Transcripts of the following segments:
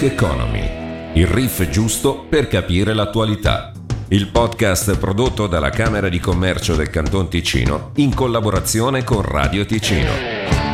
Economy, il riff giusto per capire l'attualità. Il podcast prodotto dalla Camera di Commercio del Canton Ticino in collaborazione con Radio Ticino.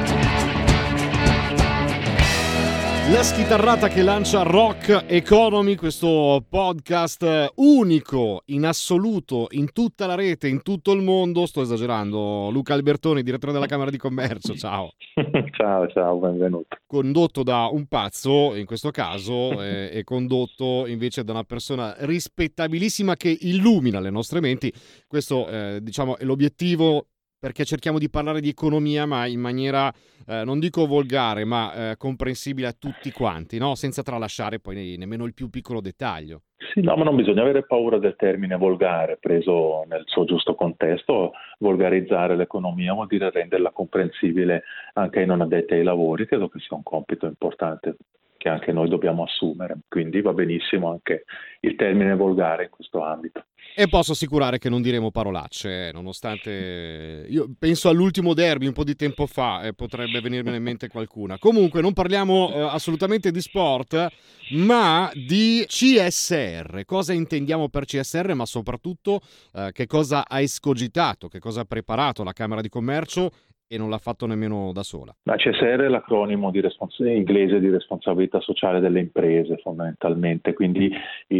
La schitarrata che lancia Rock Economy, questo podcast unico in assoluto in tutta la rete, in tutto il mondo. Sto esagerando. Luca Albertoni, direttore della Camera di Commercio, ciao. Ciao, benvenuto. Condotto da un pazzo, in questo caso, e condotto invece da una persona rispettabilissima che illumina le nostre menti. Questo, diciamo, è l'obiettivo, perché cerchiamo di parlare di economia, ma in maniera, non dico volgare, ma comprensibile a tutti quanti, no? Senza tralasciare poi nemmeno il più piccolo dettaglio. Sì, no, ma non bisogna avere paura del termine volgare, preso nel suo giusto contesto. Volgarizzare l'economia vuol dire renderla comprensibile anche ai non addetti ai lavori. Credo che sia un compito importante che anche noi dobbiamo assumere, quindi va benissimo anche il termine volgare in questo ambito. E posso assicurare che non diremo parolacce, nonostante io penso all'ultimo derby un po' di tempo fa, potrebbe venirmene in mente qualcuna. Comunque non parliamo assolutamente di sport, ma di CSR. Cosa intendiamo per CSR, ma soprattutto che cosa ha escogitato, che cosa ha preparato la Camera di Commercio e non l'ha fatto nemmeno da sola. La CSR è l'acronimo inglese di responsabilità sociale delle imprese, fondamentalmente, quindi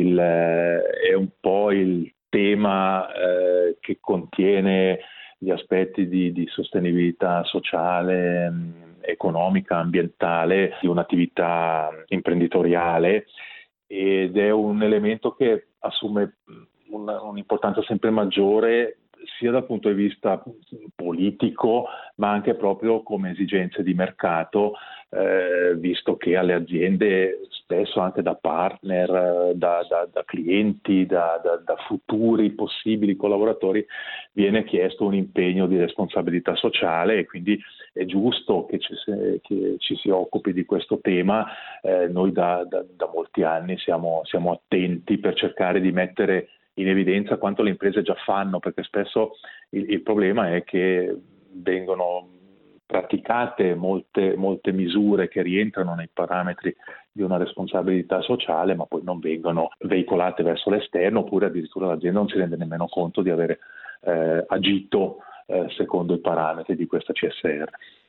è un po' il tema che contiene gli aspetti di sostenibilità sociale, economica, ambientale di un'attività imprenditoriale, ed è un elemento che assume un'importanza sempre maggiore sia dal punto di vista politico, ma anche proprio come esigenze di mercato, visto che alle aziende, spesso anche da partner, da clienti, da futuri possibili collaboratori, viene chiesto un impegno di responsabilità sociale, e quindi è giusto che ci si occupi di questo tema. Noi da molti anni siamo attenti per cercare di mettere in evidenza quanto le imprese già fanno, perché spesso il problema è che vengono praticate molte misure che rientrano nei parametri di una responsabilità sociale, ma poi non vengono veicolate verso l'esterno, oppure addirittura l'azienda non si rende nemmeno conto di avere agito secondo i parametri di questa CSR.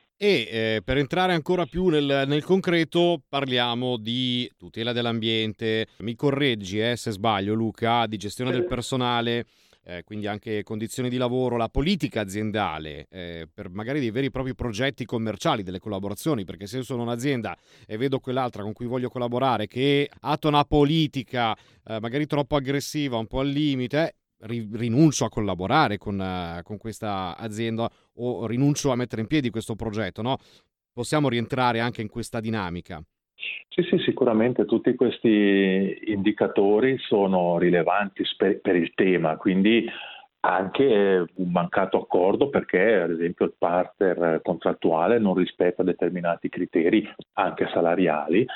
E per entrare ancora più nel concreto, parliamo di tutela dell'ambiente. Mi correggi se sbaglio, Luca, di gestione del personale, quindi anche condizioni di lavoro, la politica aziendale, per magari dei veri e propri progetti commerciali, delle collaborazioni, perché se io sono un'azienda e vedo quell'altra con cui voglio collaborare che attua una politica magari troppo aggressiva, un po' al limite, rinuncio a collaborare con questa azienda o rinuncio a mettere in piedi questo progetto, no? Possiamo rientrare anche in questa dinamica. Sì, sicuramente tutti questi indicatori sono rilevanti per il tema, quindi anche un mancato accordo, perché ad esempio il partner contrattuale non rispetta determinati criteri anche salariali,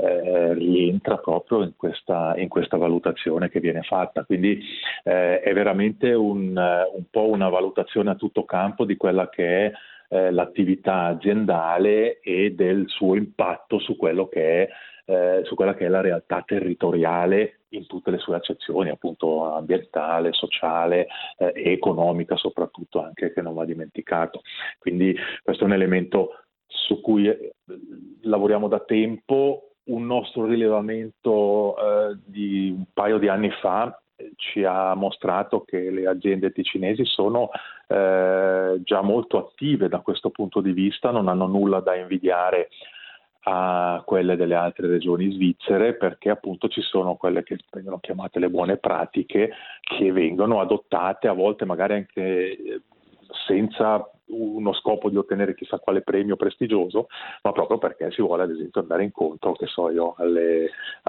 rientra proprio in questa valutazione che viene fatta. Quindi è veramente un po' una valutazione a tutto campo di quella che è l'attività aziendale e del suo impatto su quello che è su quella che è la realtà territoriale in tutte le sue accezioni, appunto ambientale, sociale e economica soprattutto, anche, che non va dimenticato. Quindi questo è un elemento su cui lavoriamo da tempo. Un nostro rilevamento di un paio di anni fa ci ha mostrato che le aziende ticinesi sono già molto attive da questo punto di vista, non hanno nulla da invidiare a quelle delle altre regioni svizzere, perché appunto ci sono quelle che vengono chiamate le buone pratiche, che vengono adottate a volte magari anche senza uno scopo di ottenere chissà quale premio prestigioso, ma proprio perché si vuole ad esempio andare incontro, che so io, alle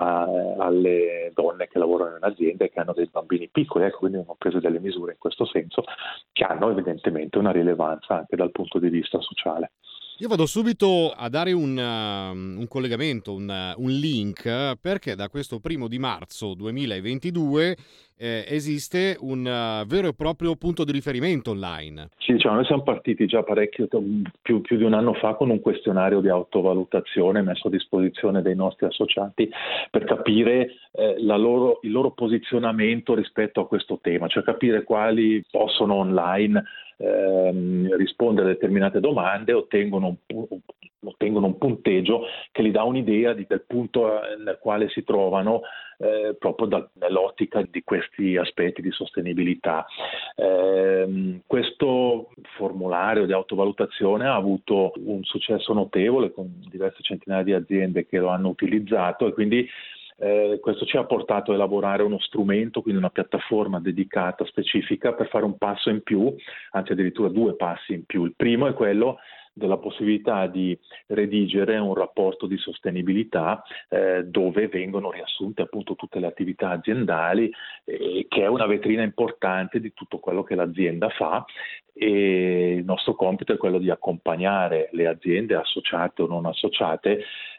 donne che lavorano in azienda e che hanno dei bambini piccoli, quindi hanno preso delle misure in questo senso che hanno evidentemente una rilevanza anche dal punto di vista sociale. Io vado subito a dare un collegamento, un link, perché da questo 1° marzo 2022 esiste un vero e proprio punto di riferimento online. Sì, diciamo, noi siamo partiti già parecchio, più di un anno fa, con un questionario di autovalutazione messo a disposizione dei nostri associati per capire il loro posizionamento rispetto a questo tema, cioè capire quali possono online rispondere a determinate domande, ottengono un punteggio che gli dà un'idea del punto nel quale si trovano proprio nell'ottica di questi aspetti di sostenibilità. Questo formulario di autovalutazione ha avuto un successo notevole con diverse centinaia di aziende che lo hanno utilizzato, e quindi questo ci ha portato a elaborare uno strumento, quindi una piattaforma dedicata, specifica, per fare un passo in più, anzi addirittura 2 passi in più. Il primo è quello della possibilità di redigere un rapporto di sostenibilità dove vengono riassunte appunto tutte le attività aziendali, che è una vetrina importante di tutto quello che l'azienda fa, e il nostro compito è quello di accompagnare le aziende associate o non associate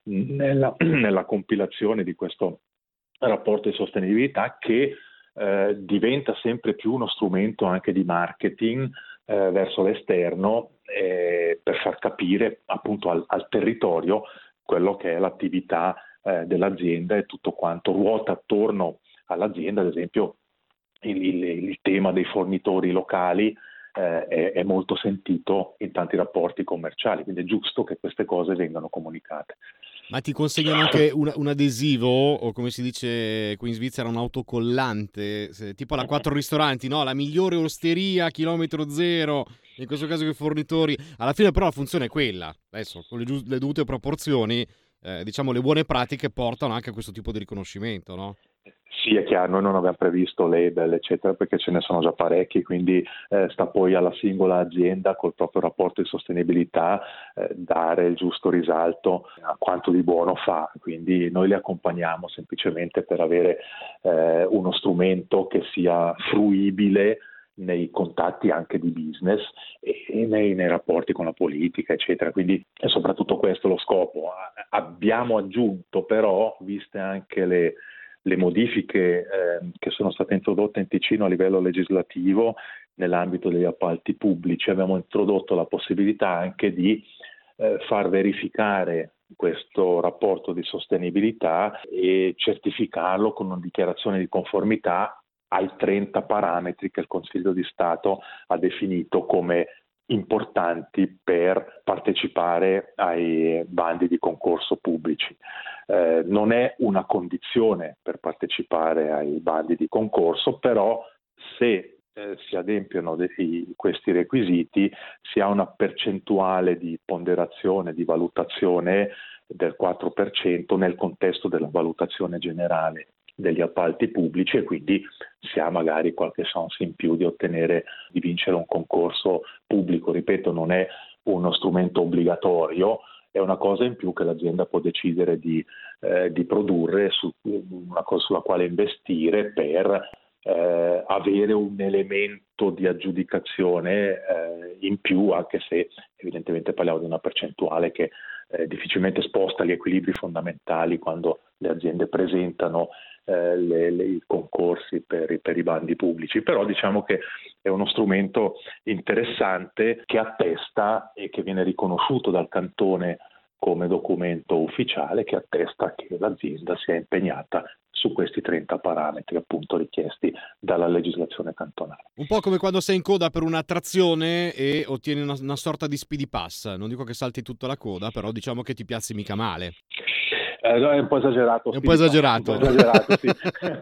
nella compilazione di questo rapporto di sostenibilità, che diventa sempre più uno strumento anche di marketing verso l'esterno, per far capire appunto al territorio quello che è l'attività dell'azienda e tutto quanto ruota attorno all'azienda. Ad esempio il tema dei fornitori locali è molto sentito in tanti rapporti commerciali, quindi è giusto che queste cose vengano comunicate. Ma ti consegnano anche un adesivo, o come si dice qui in Svizzera, un autocollante, tipo la 4 ristoranti, no? La migliore osteria, chilometro zero, in questo caso i fornitori. Alla fine però la funzione è quella. Adesso, con le dovute proporzioni, diciamo, le buone pratiche portano anche a questo tipo di riconoscimento, no? Sì, è chiaro, noi non abbiamo previsto label, eccetera, perché ce ne sono già parecchi, quindi sta poi alla singola azienda, col proprio rapporto di sostenibilità, dare il giusto risalto a quanto di buono fa. Quindi noi li accompagniamo semplicemente per avere uno strumento che sia fruibile nei contatti anche di business e nei rapporti con la politica, eccetera. Quindi è soprattutto questo lo scopo. Abbiamo aggiunto però, viste anche le modifiche che sono state introdotte in Ticino a livello legislativo nell'ambito degli appalti pubblici, abbiamo introdotto la possibilità anche di far verificare questo rapporto di sostenibilità e certificarlo con una dichiarazione di conformità ai 30 parametri che il Consiglio di Stato ha definito come importanti per partecipare ai bandi di concorso pubblici. Non è una condizione per partecipare ai bandi di concorso, però se si adempiono questi requisiti si ha una percentuale di ponderazione, di valutazione del 4% nel contesto della valutazione generale degli appalti pubblici, e quindi si ha magari qualche chance in più di vincere un concorso pubblico. Ripeto, non è uno strumento obbligatorio, è una cosa in più che l'azienda può decidere di produrre, una cosa sulla quale investire per avere un elemento di aggiudicazione in più, anche se evidentemente parliamo di una percentuale che difficilmente sposta gli equilibri fondamentali quando le aziende presentano i concorsi per i bandi pubblici. Però diciamo che è uno strumento interessante che attesta e che viene riconosciuto dal cantone come documento ufficiale, che attesta che l'azienda si è impegnata su questi 30 parametri appunto richiesti dalla legislazione cantonale. Un po' come quando sei in coda per un'attrazione e ottieni una sorta di speedy pass. Non dico che salti tutta la coda, però diciamo che ti piazzi mica male. No, è un po' esagerato. È un po' esagerato. Un po' esagerato, sì.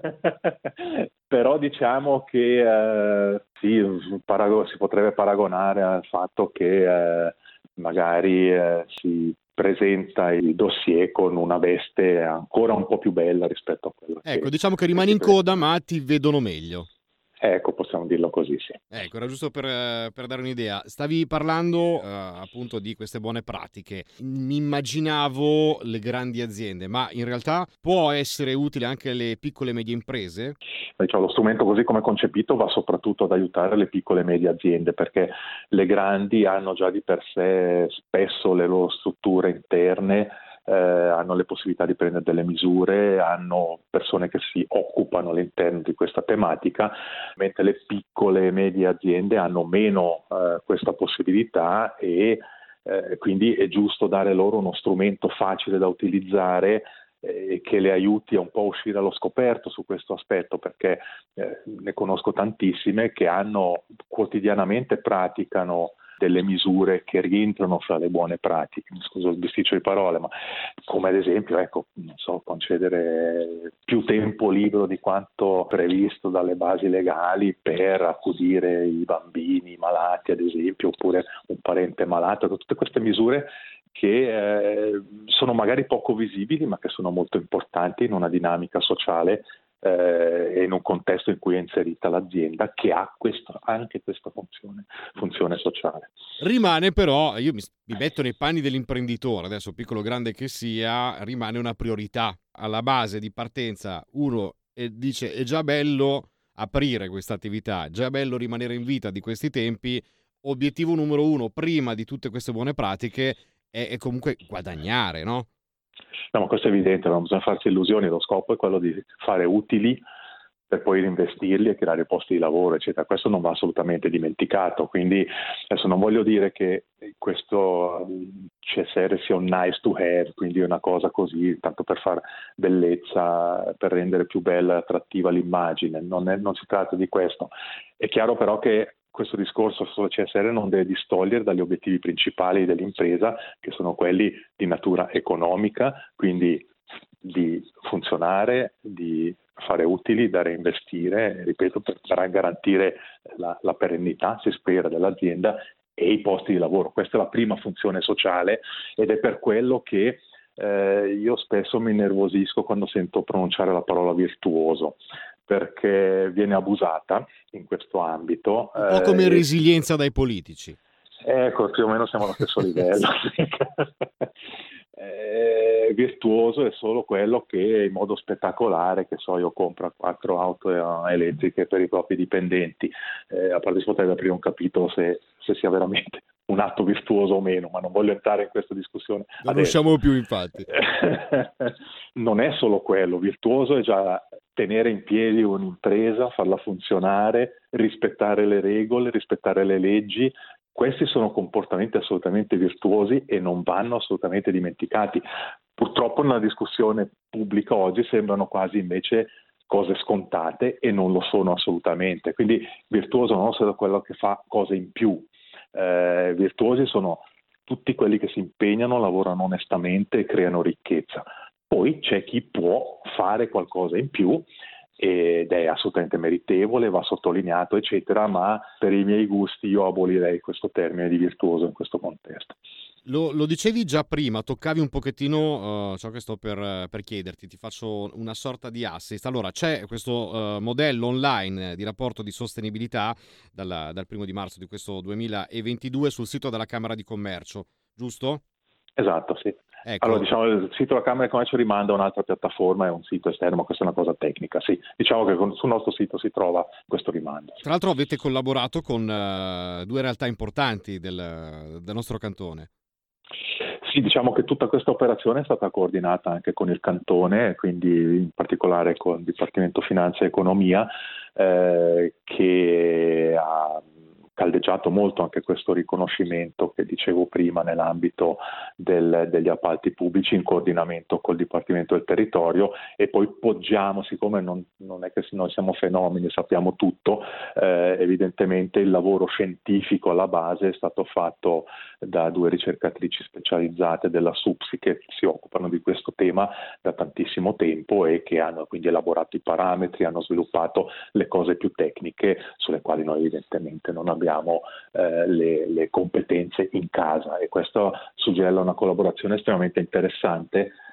Però diciamo che sì, si potrebbe paragonare al fatto che magari si presenta il dossier con una veste ancora un po' più bella rispetto a quella. Ecco, diciamo che rimani in coda, ma ti vedono meglio. Ecco, possiamo dirlo così, sì. Ecco, era giusto per dare un'idea. Stavi parlando appunto di queste buone pratiche. Mi immaginavo le grandi aziende, ma in realtà può essere utile anche alle piccole e medie imprese? Diciamo, lo strumento così come concepito va soprattutto ad aiutare le piccole e medie aziende, perché le grandi hanno già di per sé spesso le loro strutture interne, hanno le possibilità di prendere delle misure, hanno persone che si occupano all'interno di questa tematica, mentre le piccole e medie aziende hanno meno questa possibilità e quindi è giusto dare loro uno strumento facile da utilizzare che le aiuti a un po' uscire allo scoperto su questo aspetto, perché ne conosco tantissime che quotidianamente praticano delle misure che rientrano fra le buone pratiche, scuso il bisticcio di parole, ma come ad esempio, ecco, non so, concedere più tempo libero di quanto previsto dalle basi legali per accudire i bambini malati, ad esempio, oppure un parente malato, tutte queste misure che sono magari poco visibili, ma che sono molto importanti in una dinamica sociale e in un contesto in cui è inserita l'azienda, che ha anche questa funzione sociale. Rimane però, io mi metto nei panni dell'imprenditore, adesso piccolo o grande che sia, rimane una priorità. Alla base di partenza uno dice è già bello aprire questa attività, è già bello rimanere in vita di questi tempi. Obiettivo numero uno, prima di tutte queste buone pratiche, è comunque guadagnare, no? No, ma questo è evidente, non bisogna farsi illusioni, lo scopo è quello di fare utili per poi reinvestirli e creare posti di lavoro, eccetera. Questo non va assolutamente dimenticato, quindi adesso non voglio dire che questo CSR sia un nice to have, quindi una cosa così, tanto per far bellezza, per rendere più bella e attrattiva l'immagine, non si tratta di questo. È chiaro però che questo discorso sulla CSR non deve distogliere dagli obiettivi principali dell'impresa, che sono quelli di natura economica, quindi di funzionare, di fare utili, da reinvestire, ripeto, per garantire la perennità, si spera, dell'azienda e i posti di lavoro. Questa è la prima funzione sociale ed è per quello che io spesso mi innervosisco quando sento pronunciare la parola virtuoso, perché viene abusata in questo ambito. Un po' come resilienza dai politici. Ecco, più o meno siamo allo stesso livello. Virtuoso è solo quello che in modo spettacolare, che so, io compro 4 auto elettriche per i propri dipendenti. A parte si potrebbe aprire un capitolo se sia veramente un atto virtuoso o meno, ma non voglio entrare in questa discussione. Non usciamo più, infatti. Non è solo quello, virtuoso è già tenere in piedi un'impresa, farla funzionare, rispettare le regole, rispettare le leggi. Questi sono comportamenti assolutamente virtuosi e non vanno assolutamente dimenticati. Purtroppo nella discussione pubblica oggi sembrano quasi invece cose scontate e non lo sono assolutamente. Quindi virtuoso non è solo quello che fa cose in più. Virtuosi sono tutti quelli che si impegnano, lavorano onestamente e creano ricchezza. Poi c'è chi può fare qualcosa in più ed è assolutamente meritevole, va sottolineato, eccetera, ma per i miei gusti io abolirei questo termine di virtuoso in questo contesto. Lo dicevi già prima, toccavi un pochettino ciò che sto per chiederti, ti faccio una sorta di assist. Allora, c'è questo modello online di rapporto di sostenibilità dal 1° di marzo di questo 2022 sul sito della Camera di Commercio, giusto? Esatto, sì. Ecco. Allora, diciamo, il sito della Camera di Commercio rimanda a un'altra piattaforma, è un sito esterno, ma questa è una cosa tecnica, sì. Diciamo che sul nostro sito si trova questo rimando. Tra l'altro avete collaborato con 2 realtà importanti del nostro cantone. Sì, diciamo che tutta questa operazione è stata coordinata anche con il Cantone, quindi in particolare con il Dipartimento Finanza e Economia, che ha caldeggiato molto anche questo riconoscimento che dicevo prima nell'ambito degli appalti pubblici in coordinamento col Dipartimento del Territorio, e poi poggiamo, siccome non è che noi siamo fenomeni, sappiamo tutto, evidentemente il lavoro scientifico alla base è stato fatto da 2 ricercatrici specializzate della SUPSI che si occupano di questo tema da tantissimo tempo e che hanno quindi elaborato i parametri, hanno sviluppato le cose più tecniche sulle quali noi evidentemente non abbiamo le competenze in casa, e questo suggella una collaborazione estremamente interessante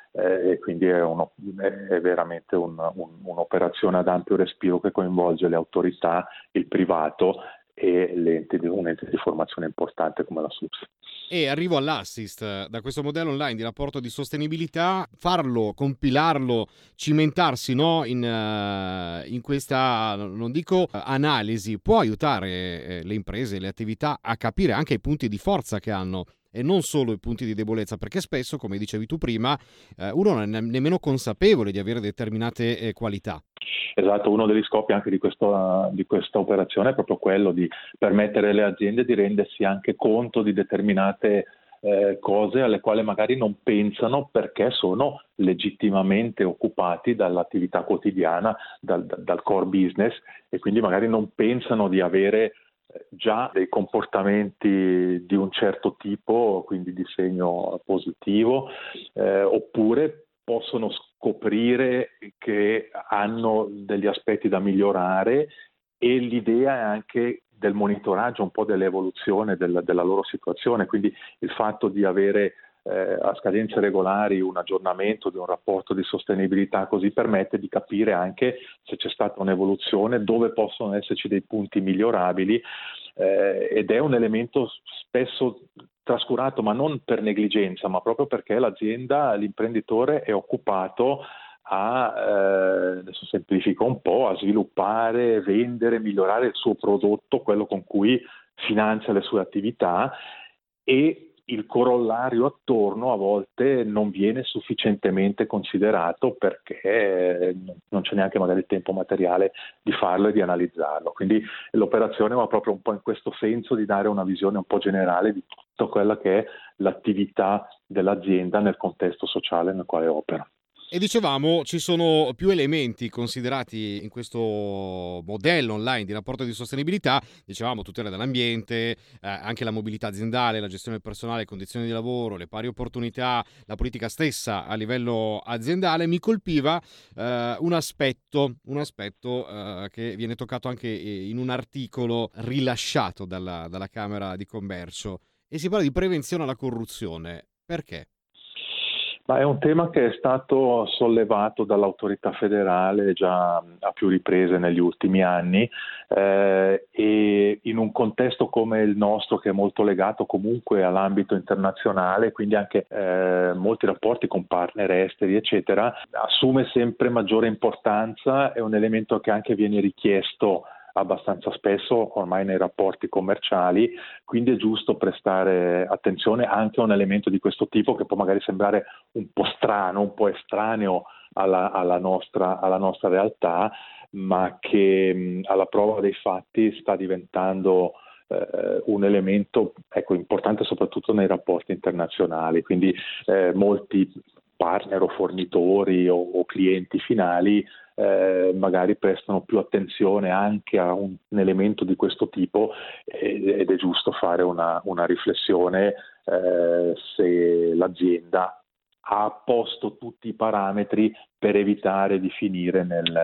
e quindi è veramente un'operazione ad ampio respiro che coinvolge le autorità, il privato e un ente di formazione importante come la SUPS. E arrivo all'Assist, da questo modello online di rapporto di sostenibilità, farlo, compilarlo, cimentarsi, no, in questa, non dico analisi, può aiutare le imprese, le attività a capire anche i punti di forza che hanno e non solo i punti di debolezza, perché spesso, come dicevi tu prima, uno non è nemmeno consapevole di avere determinate qualità. Esatto, uno degli scopi anche di questa operazione è proprio quello di permettere alle aziende di rendersi anche conto di determinate cose alle quali magari non pensano perché sono legittimamente occupati dall'attività quotidiana, dal core business, e quindi magari non pensano di avere già dei comportamenti di un certo tipo, quindi di segno positivo, oppure possono scoprire che hanno degli aspetti da migliorare, e l'idea è anche del monitoraggio un po' dell'evoluzione della loro situazione, quindi il fatto di avere a scadenze regolari un aggiornamento di un rapporto di sostenibilità così permette di capire anche se c'è stata un'evoluzione, dove possono esserci dei punti migliorabili, ed è un elemento spesso trascurato, ma non per negligenza, ma proprio perché l'azienda, l'imprenditore è occupato adesso semplifico un po', a sviluppare, vendere, migliorare il suo prodotto, quello con cui finanzia le sue attività, e il corollario attorno a volte non viene sufficientemente considerato perché non c'è neanche magari il tempo materiale di farlo e di analizzarlo. Quindi l'operazione va proprio un po' in questo senso, di dare una visione un po' generale di tutta quella che è l'attività dell'azienda nel contesto sociale nel quale opera. E dicevamo, ci sono più elementi considerati in questo modello online di rapporto di sostenibilità, dicevamo tutela dell'ambiente, anche la mobilità aziendale, la gestione del personale, le condizioni di lavoro, le pari opportunità, la politica stessa a livello aziendale. Mi colpiva un aspetto che viene toccato anche in un articolo rilasciato dalla Camera di Commercio, e si parla di prevenzione alla corruzione. Perché? Ma è un tema che è stato sollevato dall'autorità federale già a più riprese negli ultimi anni, e in un contesto come il nostro, che è molto legato comunque all'ambito internazionale, quindi anche molti rapporti con partner esteri eccetera, assume sempre maggiore importanza. È un elemento che anche viene richiesto abbastanza spesso ormai nei rapporti commerciali, quindi è giusto prestare attenzione anche a un elemento di questo tipo, che può magari sembrare un po' strano, un po' estraneo alla nostra realtà, ma che alla prova dei fatti sta diventando un elemento importante soprattutto nei rapporti internazionali. Quindi molti partner o fornitori o clienti finali magari prestano più attenzione anche a un elemento di questo tipo, ed è giusto fare una riflessione se l'azienda ha a posto tutti i parametri per evitare di finire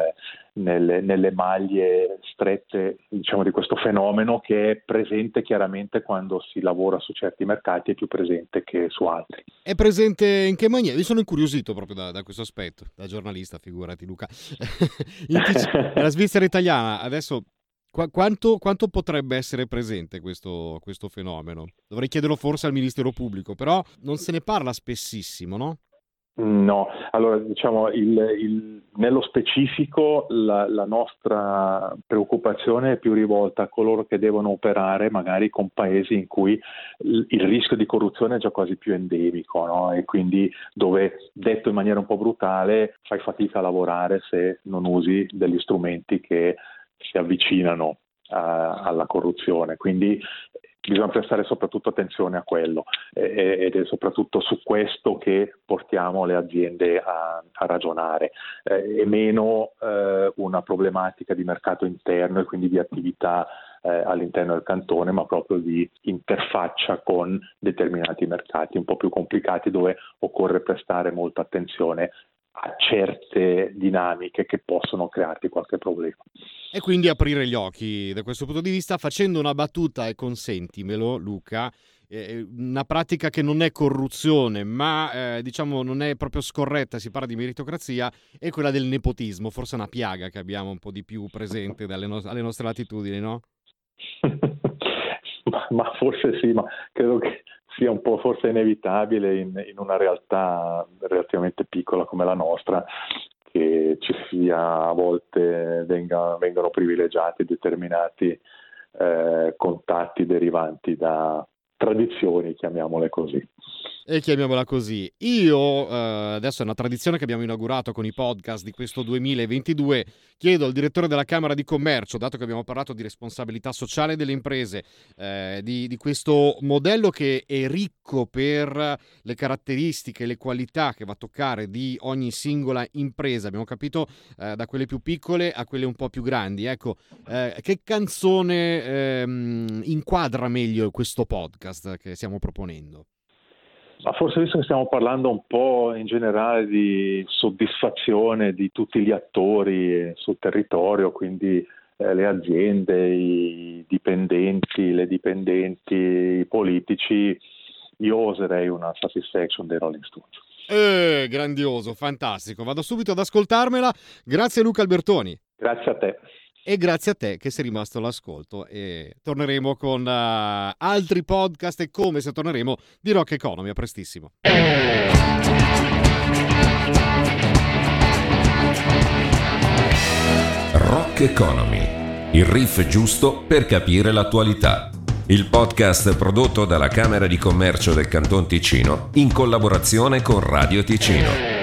nelle maglie strette, diciamo, di questo fenomeno, che è presente chiaramente quando si lavora su certi mercati, è più presente che su altri. È presente in che maniera? Mi sono incuriosito proprio da questo aspetto, da giornalista, figurati Luca. Nella Svizzera italiana adesso quanto potrebbe essere presente questo fenomeno? Dovrei chiederlo forse al Ministero Pubblico, però non se ne parla spessissimo, no? No, allora diciamo nello specifico la nostra preoccupazione è più rivolta a coloro che devono operare magari con paesi in cui il rischio di corruzione è già quasi più endemico, no? E quindi dove, detto in maniera un po' brutale, fai fatica a lavorare se non usi degli strumenti che si avvicinano alla corruzione. Quindi bisogna prestare soprattutto attenzione a quello, ed è soprattutto su questo che portiamo le aziende a ragionare, e meno una problematica di mercato interno e quindi di attività all'interno del cantone, ma proprio di interfaccia con determinati mercati un po' più complicati, dove occorre prestare molta attenzione a certe dinamiche che possono crearti qualche problema. E quindi aprire gli occhi da questo punto di vista, facendo una battuta, e consentimelo Luca, una pratica che non è corruzione, ma diciamo non è proprio scorretta, si parla di meritocrazia, è quella del nepotismo, forse è una piaga che abbiamo un po' di più presente alle nostre latitudini, no? ma forse sì, ma credo che sia un po' forse inevitabile in una realtà relativamente piccola come la nostra, che ci sia a volte vengano privilegiati determinati contatti derivanti da tradizioni, chiamiamole così. E chiamiamola così. Io, adesso è una tradizione che abbiamo inaugurato con i podcast di questo 2022, chiedo al direttore della Camera di Commercio, dato che abbiamo parlato di responsabilità sociale delle imprese, di questo modello che è ricco per le caratteristiche, le qualità che va a toccare di ogni singola impresa, abbiamo capito, da quelle più piccole a quelle un po' più grandi. Ecco, che canzone inquadra meglio questo podcast che stiamo proponendo? Ma forse, visto che stiamo parlando un po' in generale di soddisfazione di tutti gli attori sul territorio, quindi le aziende, i dipendenti, le dipendenti, i politici, io oserei una Satisfaction dei Rolling Stones. Grandioso, fantastico. Vado subito ad ascoltarmela. Grazie Luca Albertoni. Grazie a te. E grazie a te che sei rimasto all'ascolto, e torneremo con altri podcast, e come se torneremo di Rock Economy. A prestissimo. Rock Economy, il riff giusto per capire l'attualità. Il podcast prodotto dalla Camera di Commercio del Canton Ticino in collaborazione con Radio Ticino.